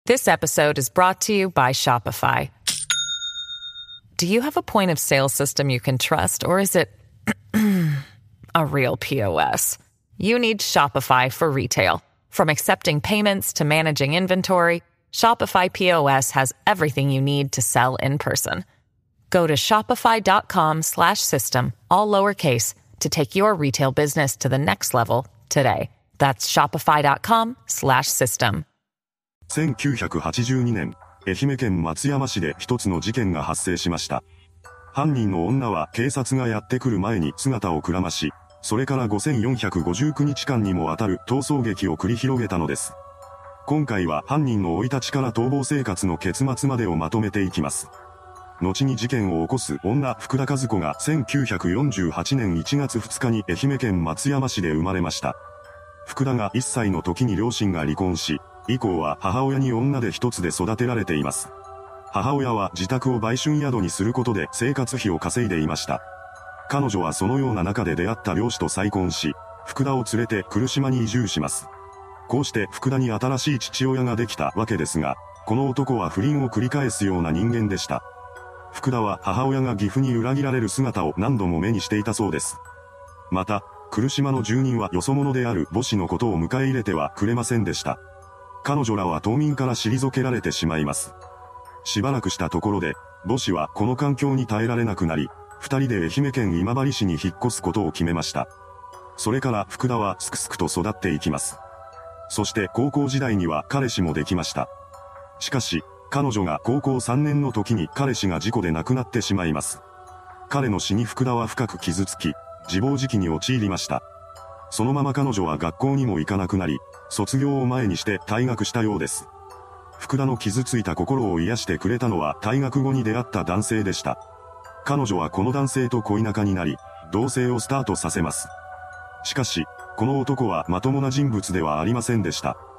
This episode is brought to you by Shopify. Do you have a point of sale system you can trust, or is it a real POS? You need Shopify for retail. From accepting payments to managing inventory, Shopify POS has everything you need to sell in person. Go to shopify.com/system, all lowercase, to take your retail business to the next level today. That's shopify.com/system. 1982年、愛媛県松山市で一つの事件が発生しました。犯人の女は警察がやってくる前に姿をくらまし、それから5459日間にもわたる逃走劇を繰り広げたのです。今回は犯人の生い立ちから逃亡生活の結末までをまとめていきます。後に事件を起こす女福田和子が1948年1月2日に愛媛県松山市で生まれました。福田が1歳の時に両親が離婚し、以降は母親に女で一つで育てられています。母親は自宅を売春宿にすることで生活費を稼いでいました。彼女はそのような中で出会った漁師と再婚し、福田を連れて来島に移住します。こうして福田に新しい父親ができたわけですが、この男は不倫を繰り返すような人間でした。福田は母親が義父に裏切られる姿を何度も目にしていたそうです。また、来島の住人はよそ者である母子のことを迎え入れてはくれませんでした。彼女らは島民から退けられてしまいます。しばらくしたところで、母子はこの環境に耐えられなくなり、二人で愛媛県今治市に引っ越すことを決めました。それから福田はすくすくと育っていきます。そして高校時代には彼氏もできました。しかし、彼女が高校3年の時に彼氏が事故で亡くなってしまいます。彼の死に福田は深く傷つき、自暴自棄に陥りました。そのまま彼女は学校にも行かなくなり、卒業を前にして退学したようです。福田の傷ついた心を癒してくれたのは退学後に出会った男性でした。彼女はこの男性と恋仲になり、同棲をスタートさせます。しかし、この男はまともな人物ではありませんでした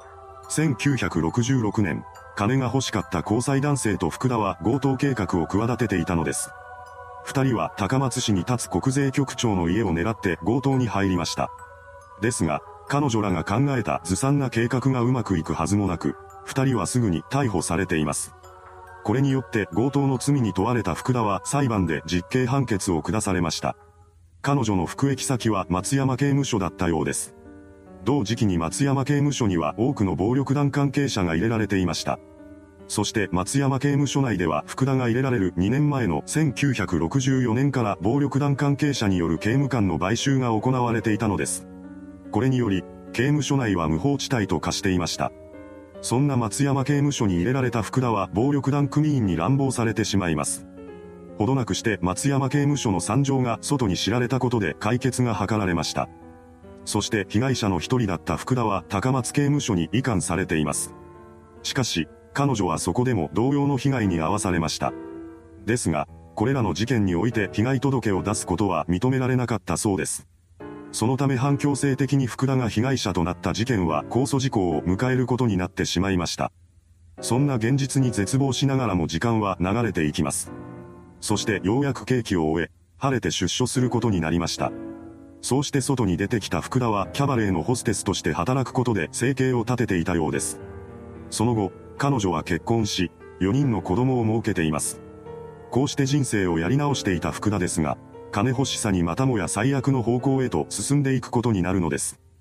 。1966年、金が欲しかった交際男性と福田は強盗計画を企てていたのです。二人は高松市に立つ国税局長の家を狙って強盗に入りました。ですが、彼女らが考えたずさんな計画がうまくいくはずもなく、二人はすぐに逮捕されています。これによって強盗の罪に問われた福田は裁判で実刑判決を下されました。彼女の服役先は松山刑務所だったようです。同時期に松山刑務所には多くの暴力団関係者が入れられていました。そして松山刑務所内では福田が入れられる2年前の1964年から暴力団関係者による刑務官の買収が行われていたのです。これにより、刑務所内は無法地帯と化していました。そんな松山刑務所に入れられた福田は暴力団組員に乱暴されてしまいます。ほどなくして松山刑務所の惨状が外に知られたことで解決が図られました。そして被害者の一人だった福田は高松刑務所に移管されています。しかし、彼女はそこでも同様の被害に遭わされました。ですが、これらの事件において被害届を出すことは認められなかったそうです。そのため反強制的に福田が被害者となった事件は控訴事項を迎えることになってしまいました。そんな現実に絶望しながらも時間は流れていきます。そしてようやく刑期を終え、晴れて出所することになりました。そうして外に出てきた福田はキャバレーのホステスとして働くことで生計を立てていたようです。その後、彼女は結婚し、4人の子供を設けています。こうして人生をやり直していた福田ですが、金欲しさにまたもや最悪の方向へと進んでいくことになるのです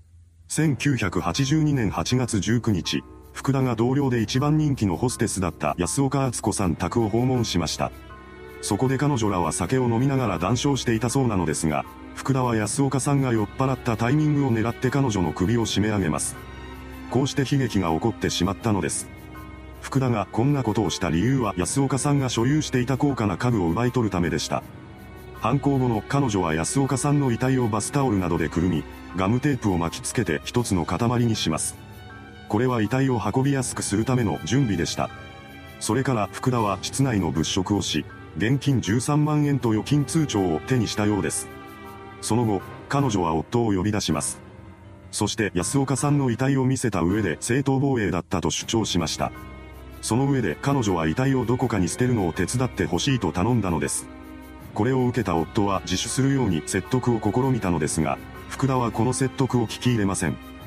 。1982年8月19日、福田が同僚で一番人気のホステスだった安岡敦子さん宅を訪問しました。そこで彼女らは酒を飲みながら談笑していたそうなのですが、福田は安岡さんが酔っ払ったタイミングを狙って彼女の首を絞め上げます。こうして悲劇が起こってしまったのです。福田がこんなことをした理由は安岡さんが所有していた高価な家具を奪い取るためでした。犯行後の彼女は安岡さんの遺体をバスタオルなどでくるみ、ガムテープを巻きつけて一つの塊にします。これは遺体を運びやすくするための準備でした。それから福田は室内の物色をし、現金13万円と預金通帳を手にしたようです。その後、彼女は夫を呼び出します。そして安岡さんの遺体を見せた上で正当防衛だったと主張しました。その上で彼女は遺体をどこかに捨てるのを手伝ってほしいと頼んだのです。これを受けた夫は自首するように説得を試みたのですが、福田はこの説得を聞き入れません。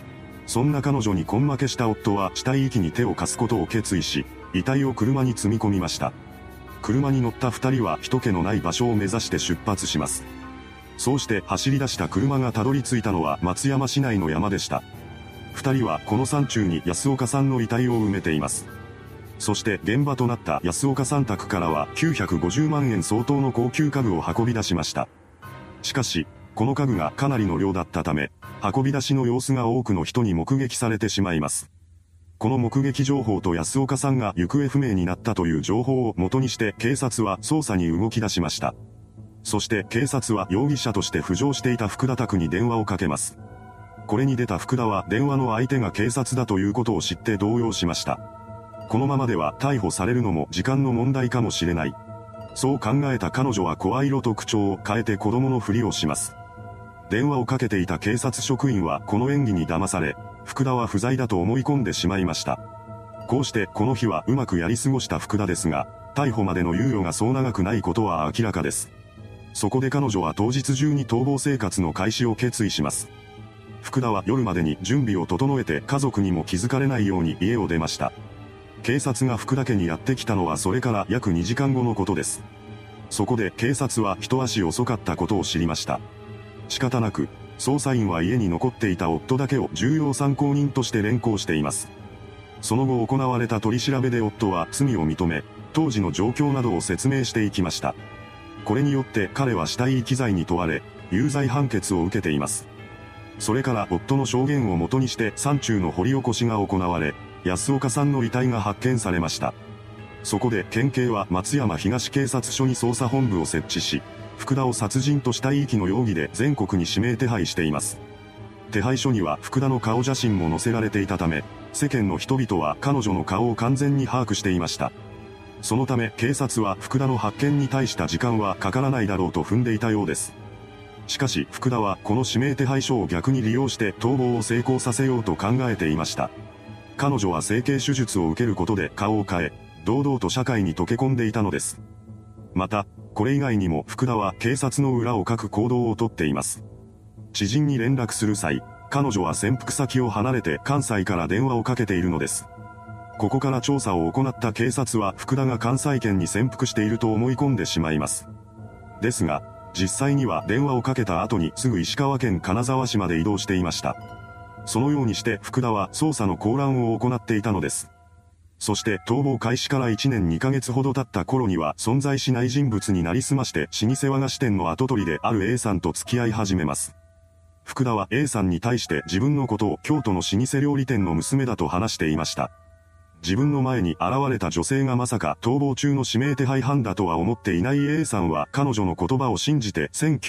そんな彼女に根負けした夫は死体遺棄に手を貸すことを決意し、遺体を車に積み込みました。車に乗った二人は人気のない場所を目指して出発します。そうして走り出した車がたどり着いたのは松山市内の山でした。二人はこの山中に安岡さんの遺体を埋めています。そして現場となった安岡さん宅からは950万円相当の高級家具を運び出しました。しかし、この家具がかなりの量だったため、運び出しの様子が多くの人に目撃されてしまいます。この目撃情報と安岡さんが行方不明になったという情報を元にして警察は捜査に動き出しました。そして警察は容疑者として浮上していた福田宅に電話をかけます。これに出た福田は電話の相手が警察だということを知って動揺しました。このままでは逮捕されるのも時間の問題かもしれない。そう考えた彼女は声色と口調を変えて子供のふりをします。電話をかけていた警察職員はこの演技に騙され、福田は不在だと思い込んでしまいました。こうしてこの日はうまくやり過ごした福田ですが、逮捕までの猶予がそう長くないことは明らかです。そこで彼女は当日中に逃亡生活の開始を決意します。福田は夜までに準備を整えて家族にも気づかれないように家を出ました。警察が福田家にやってきたのはそれから約2時間後のことです。そこで警察は一足遅かったことを知りました。仕方なく、捜査員は家に残っていた夫だけを重要参考人として連行しています。その後行われた取り調べで夫は罪を認め、当時の状況などを説明していきました。これによって彼は死体遺棄罪に問われ、有罪判決を受けています。それから夫の証言をもとにして山中の掘り起こしが行われ、安岡さんの遺体が発見されました。そこで県警は松山東警察署に捜査本部を設置し、福田を殺人と死体遺棄の容疑で全国に指名手配しています。手配書には福田の顔写真も載せられていたため、世間の人々は彼女の顔を完全に把握していました。そのため警察は福田の発見に対した時間はかからないだろうと踏んでいたようです。しかし福田はこの指名手配書を逆に利用して逃亡を成功させようと考えていました。彼女は整形手術を受けることで顔を変え、堂々と社会に溶け込んでいたのです。また、これ以外にも福田は警察の裏をかく行動をとっています。知人に連絡する際、彼女は潜伏先を離れて関西から電話をかけているのです。ここから調査を行った警察は福田が関西圏に潜伏していると思い込んでしまいます。ですが、実際には電話をかけた後にすぐ石川県金沢市まで移動していました。そのようにして福田は捜査の混乱を行っていたのです。そして逃亡開始から1年2ヶ月ほど経った頃には存在しない人物になりすまして老舗和菓子店の跡取りである A さんと付き合い始めます。福田は A さんに対して自分のことを京都の老舗料理店の娘だと話していました。自分の前に現れた女性がまさか逃亡中の指名手配犯だとは思っていない A さんは彼女の言葉を信じて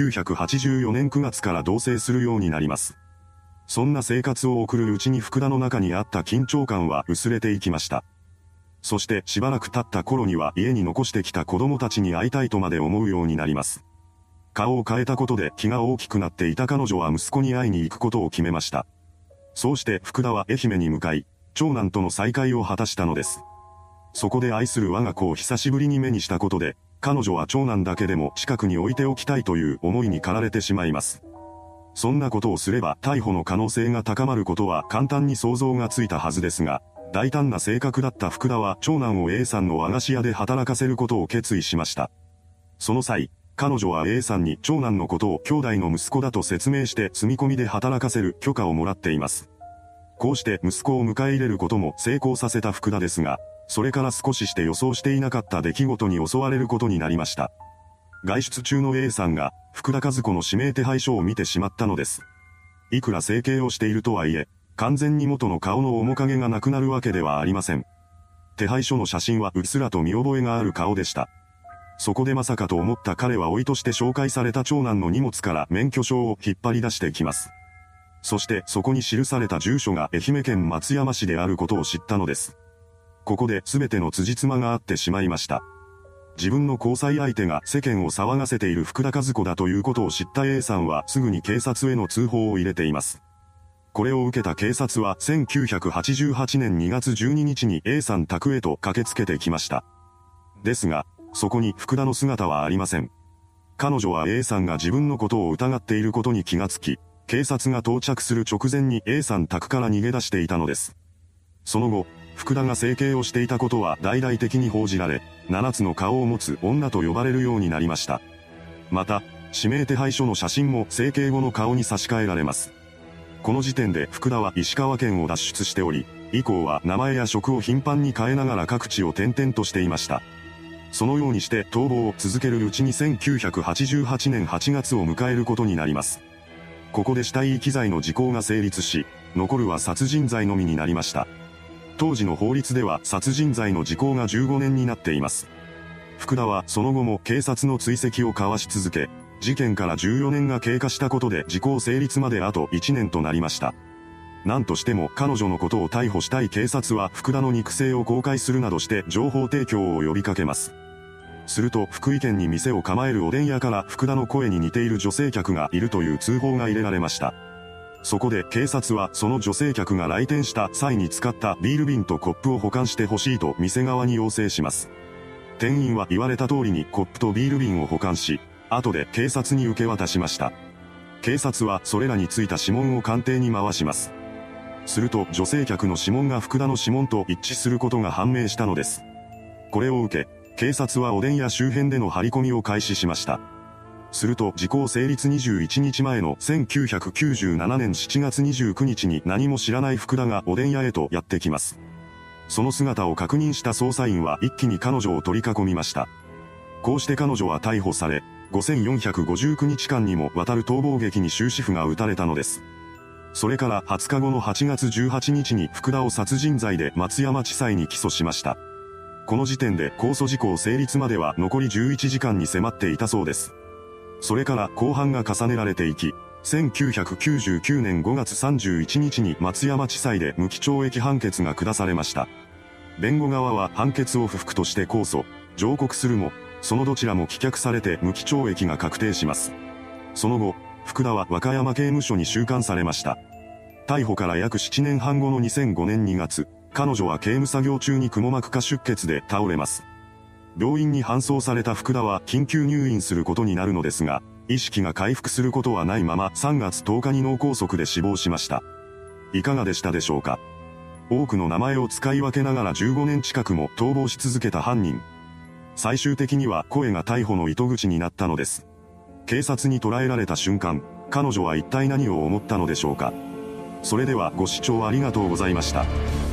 1984年9月から同棲するようになります。そんな生活を送るうちに福田の中にあった緊張感は薄れていきました。そしてしばらく経った頃には家に残してきた子供たちに会いたいとまで思うようになります。顔を変えたことで気が大きくなっていた彼女は息子に会いに行くことを決めました。そうして福田は愛媛に向かい、長男との再会を果たしたのです。そこで愛する我が子を久しぶりに目にしたことで、彼女は長男だけでも近くに置いておきたいという思いに駆られてしまいます。そんなことをすれば逮捕の可能性が高まることは簡単に想像がついたはずですが、大胆な性格だった福田は長男を A さんの和菓子屋で働かせることを決意しました。その際、彼女は A さんに長男のことを兄弟の息子だと説明して住み込みで働かせる許可をもらっています。こうして息子を迎え入れることも成功させた福田ですが、それから少しして予想していなかった出来事に襲われることになりました。外出中の A さんが福田和子の指名手配書を見てしまったのです。いくら整形をしているとはいえ、完全に元の顔の面影がなくなるわけではありません。手配書の写真はうっすらと見覚えがある顔でした。そこでまさかと思った彼は甥として紹介された長男の荷物から免許証を引っ張り出してきます。そしてそこに記された住所が愛媛県松山市であることを知ったのです。ここで全ての辻褄が合ってしまいました。自分の交際相手が世間を騒がせている福田和子だということを知った A さんはすぐに警察への通報を入れています。これを受けた警察は1988年2月12日に A さん宅へと駆けつけてきました。ですが、そこに福田の姿はありません。彼女は A さんが自分のことを疑っていることに気がつき、 警察が到着する直前に A さん宅から逃げ出していたのです。その後、福田が整形をしていたことは大々的に報じられ、7つの顔を持つ女と呼ばれるようになりました。また、指名手配書の写真も整形後の顔に差し替えられます。この時点で福田は石川県を脱出しており、以降は名前や職を頻繁に変えながら各地を転々としていました。そのようにして逃亡を続けるうちに1988年8月を迎えることになります。ここで死体遺棄罪の時効が成立し、残るは殺人罪のみになりました。当時の法律では殺人罪の時効が15年になっています。福田はその後も警察の追跡を交わし続け、事件から14年が経過したことで時効成立まであと1年となりました。何としても彼女のことを逮捕したい警察は福田の肉声を公開するなどして情報提供を呼びかけます。すると福井県に店を構えるおでん屋から福田の声に似ている女性客がいるという通報が入れられました。そこで警察はその女性客が来店した際に使ったビール瓶とコップを保管してほしいと店側に要請します。店員は言われた通りにコップとビール瓶を保管し、後で警察に受け渡しました。警察はそれらについた指紋を鑑定に回します。すると女性客の指紋が福田の指紋と一致することが判明したのです。これを受け、警察はおでん屋周辺での張り込みを開始しました。すると時効成立21日前の1997年7月29日に何も知らない福田がおでん屋へとやってきます。その姿を確認した捜査員は一気に彼女を取り囲みました。こうして彼女は逮捕され、5459日間にもわたる逃亡劇に終止符が打たれたのです。それから20日後の8月18日に福田を殺人罪で松山地裁に起訴しました。この時点で控訴時効成立までは残り11時間に迫っていたそうです。それから公判が重ねられていき、1999年5月31日に松山地裁で無期懲役判決が下されました。弁護側は判決を不服として控訴、上告するも、そのどちらも棄却されて無期懲役が確定します。その後、福田は和歌山刑務所に収監されました。逮捕から約7年半後の2005年2月、彼女は刑務作業中にくも膜下出血で倒れます。病院に搬送された福田は緊急入院することになるのですが、意識が回復することはないまま3月10日に脳梗塞で死亡しました。いかがでしたでしょうか。多くの名前を使い分けながら15年近くも逃亡し続けた犯人。最終的には声が逮捕の糸口になったのです。警察に捕らえられた瞬間、彼女は一体何を思ったのでしょうか。それではご視聴ありがとうございました。